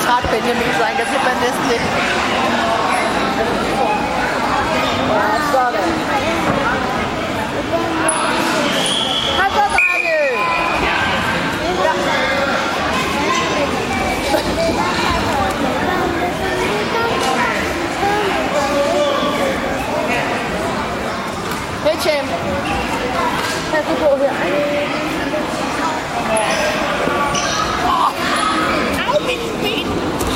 træt, Benjamin, så han kan simpelthen næsten ikke. Ja, sådan. Hej så, drenge! Hej, champ. Her kan du gå her. Au, mit ben!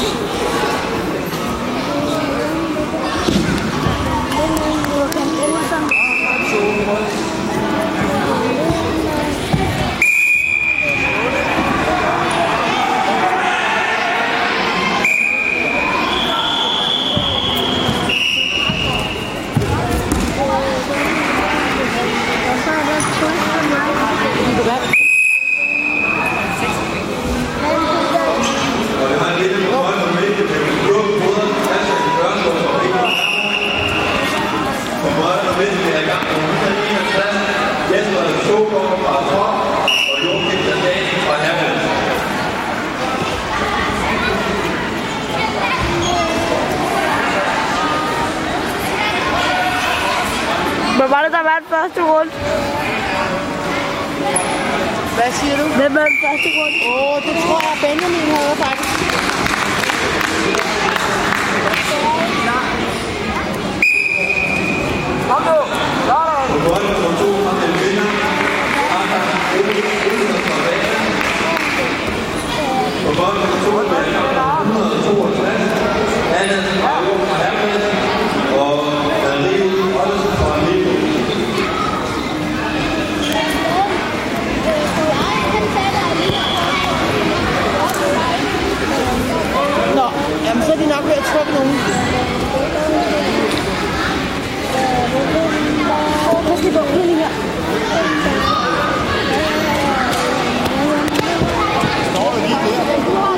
Hvem var det, der vandt første runde? Hvad siger du? Hvem vandt første runde? Det tror jeg, Benjamin havde faktisk. Kom nu! Jamen, så er de nok ved at trukke nogen. Hvad skal vi gå ud her? Står det lige der?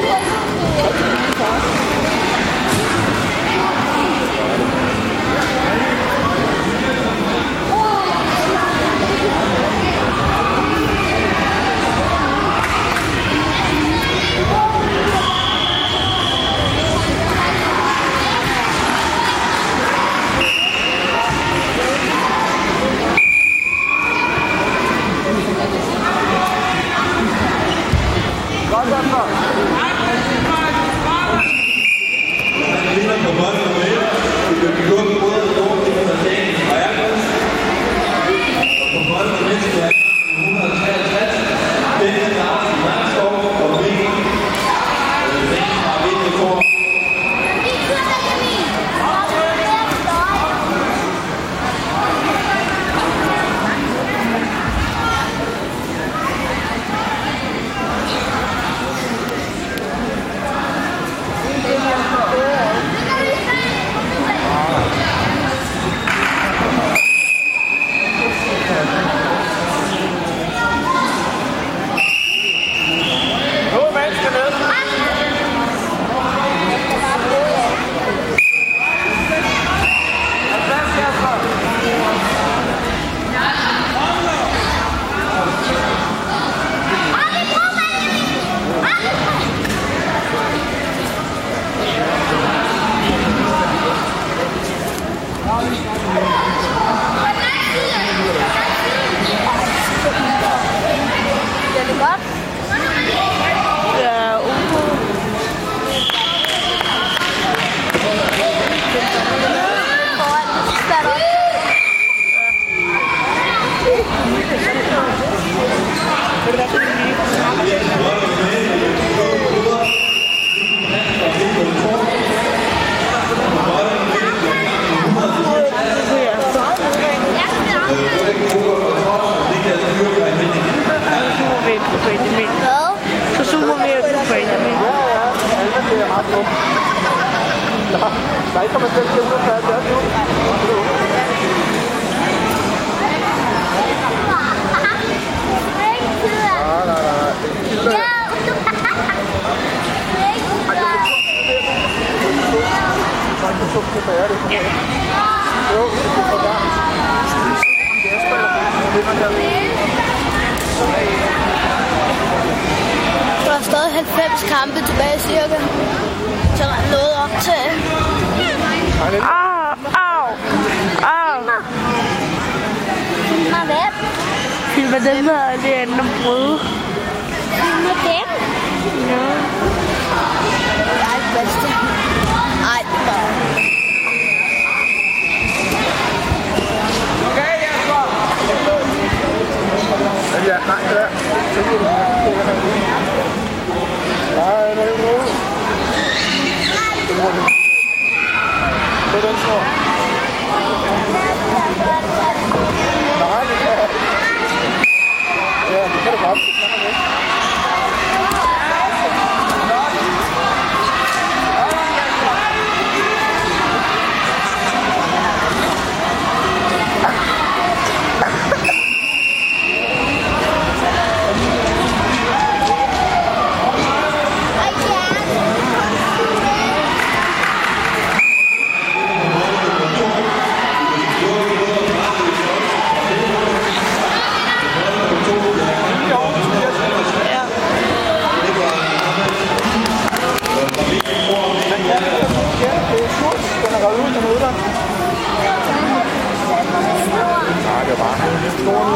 Nej, kommer til at kæmpe for at gøre det nu. Der er stadig 90 kampe tilbage cirka. Så der er noget op til. Filmer hvem? Filmer dem her, og det er andre brød. Filmer dem? Ja. Ej, bedste. Ej, det var... Ja, nej, det der. Nej, det er ikke noget. Det er den snor. Nej, det kan jeg. Ja, det kan du godt. Det kan man ikke. Nej, det er bare